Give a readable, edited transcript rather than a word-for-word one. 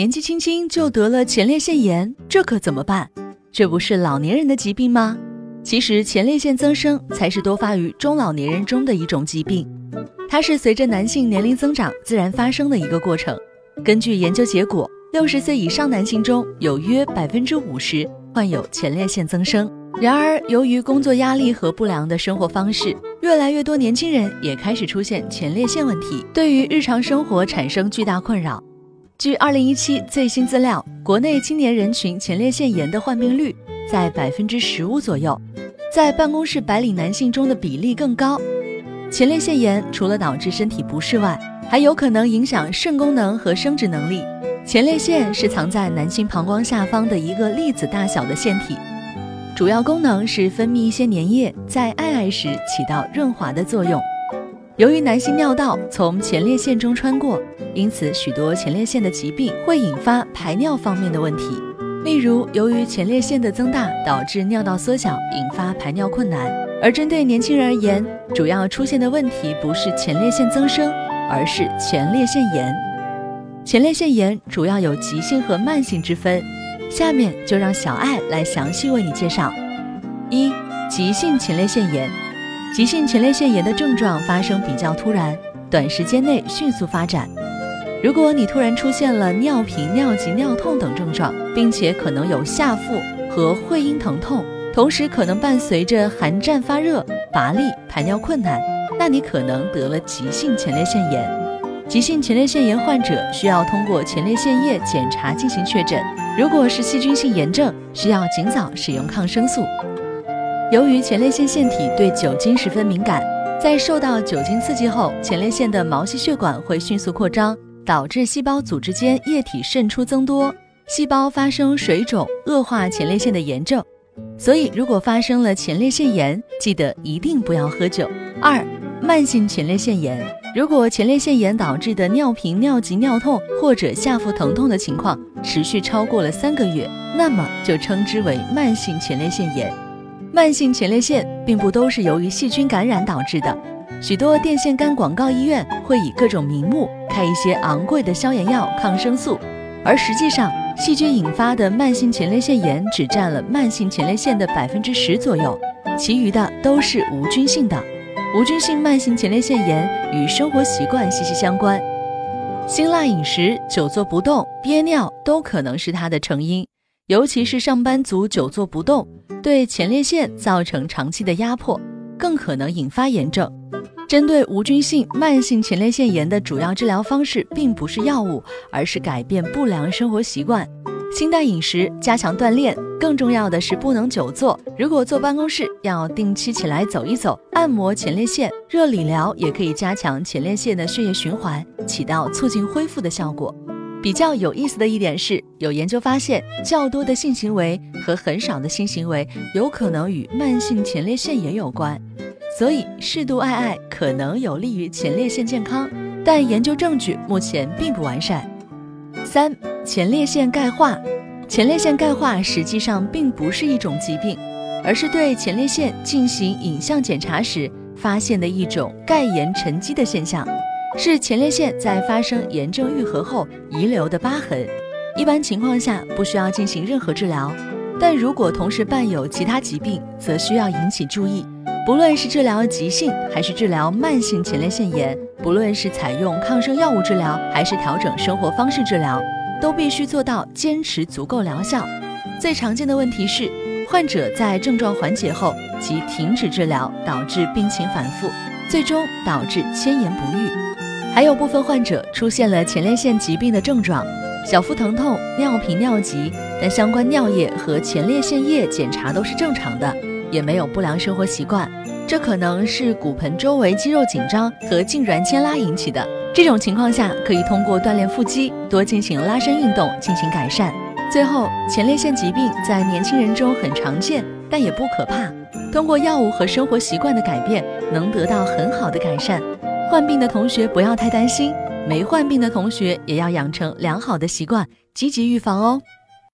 年纪轻轻就得了前列腺炎，这可怎么办？这不是老年人的疾病吗？其实前列腺增生才是多发于中老年人中的一种疾病，它是随着男性年龄增长自然发生的一个过程。根据研究结果，60岁以上男性中有约50%患有前列腺增生。然而，由于工作压力和不良的生活方式，越来越多年轻人也开始出现前列腺问题，对于日常生活产生巨大困扰。据2017最新资料，国内青年人群前列腺炎的患病率在15%左右，在办公室白领男性中的比例更高。前列腺炎除了导致身体不适外，还有可能影响肾功能和生殖能力。前列腺是藏在男性膀胱下方的一个粒子大小的腺体，主要功能是分泌一些粘液，在爱爱时起到润滑的作用。由于男性尿道从前列腺中穿过，因此许多前列腺的疾病会引发排尿方面的问题。例如，由于前列腺的增大导致尿道缩小，引发排尿困难。而针对年轻人而言，主要出现的问题不是前列腺增生，而是前列腺炎。前列腺炎主要有急性和慢性之分，下面就让小爱来详细为你介绍。1. 急性前列腺炎。急性前列腺炎的症状发生比较突然，短时间内迅速发展。如果你突然出现了尿频、尿急、尿痛等症状，并且可能有下腹和会阴疼痛，同时可能伴随着寒战发热、乏力、排尿困难，那你可能得了急性前列腺炎。急性前列腺炎患者需要通过前列腺液检查进行确诊，如果是细菌性炎症，需要尽早使用抗生素。由于前列腺腺体对酒精十分敏感，在受到酒精刺激后，前列腺的毛细血管会迅速扩张，导致细胞组织间液体渗出增多，细胞发生水肿，恶化前列腺的炎症。所以如果发生了前列腺炎，记得一定不要喝酒。2. 慢性前列腺炎。如果前列腺炎导致的尿频、尿急、尿痛或者下腹疼痛的情况持续超过了3个月，那么就称之为慢性前列腺炎。慢性前列腺并不都是由于细菌感染导致的，许多电线杆广告医院会以各种名目开一些昂贵的消炎药、抗生素，而实际上细菌引发的慢性前列腺炎只占了慢性前列腺的10%左右，其余的都是无菌性的。无菌性慢性前列腺炎与生活习惯息息相关，辛辣饮食、久坐不动、憋尿都可能是它的成因，尤其是上班族久坐不动，对前列腺造成长期的压迫，更可能引发炎症。针对无菌性慢性前列腺炎的主要治疗方式并不是药物，而是改变不良生活习惯，清淡饮食，加强锻炼，更重要的是不能久坐。如果坐办公室，要定期起来走一走，按摩前列腺，热理疗也可以加强前列腺的血液循环，起到促进恢复的效果。比较有意思的一点是，有研究发现，较多的性行为和很少的性行为有可能与慢性前列腺炎有关，所以适度爱爱可能有利于前列腺健康，但研究证据目前并不完善。3. 前列腺钙化。前列腺钙化实际上并不是一种疾病，而是对前列腺进行影像检查时发现的一种钙盐沉积的现象，是前列腺在发生炎症愈合后遗留的疤痕。一般情况下不需要进行任何治疗，但如果同时伴有其他疾病，则需要引起注意。不论是治疗急性还是治疗慢性前列腺炎，不论是采用抗生药物治疗还是调整生活方式治疗，都必须做到坚持足够疗效。最常见的问题是，患者在症状缓解后即停止治疗，导致病情反复，最终导致迁延不愈。还有部分患者出现了前列腺疾病的症状，小腹疼痛、尿频、尿急，但相关尿液和前列腺液检查都是正常的，也没有不良生活习惯，这可能是骨盆周围肌肉紧张和痉挛牵拉引起的。这种情况下可以通过锻炼腹肌，多进行拉伸运动进行改善。最后，前列腺疾病在年轻人中很常见，但也不可怕，通过药物和生活习惯的改变能得到很好的改善。患病的同学不要太担心，没患病的同学也要养成良好的习惯，积极预防哦。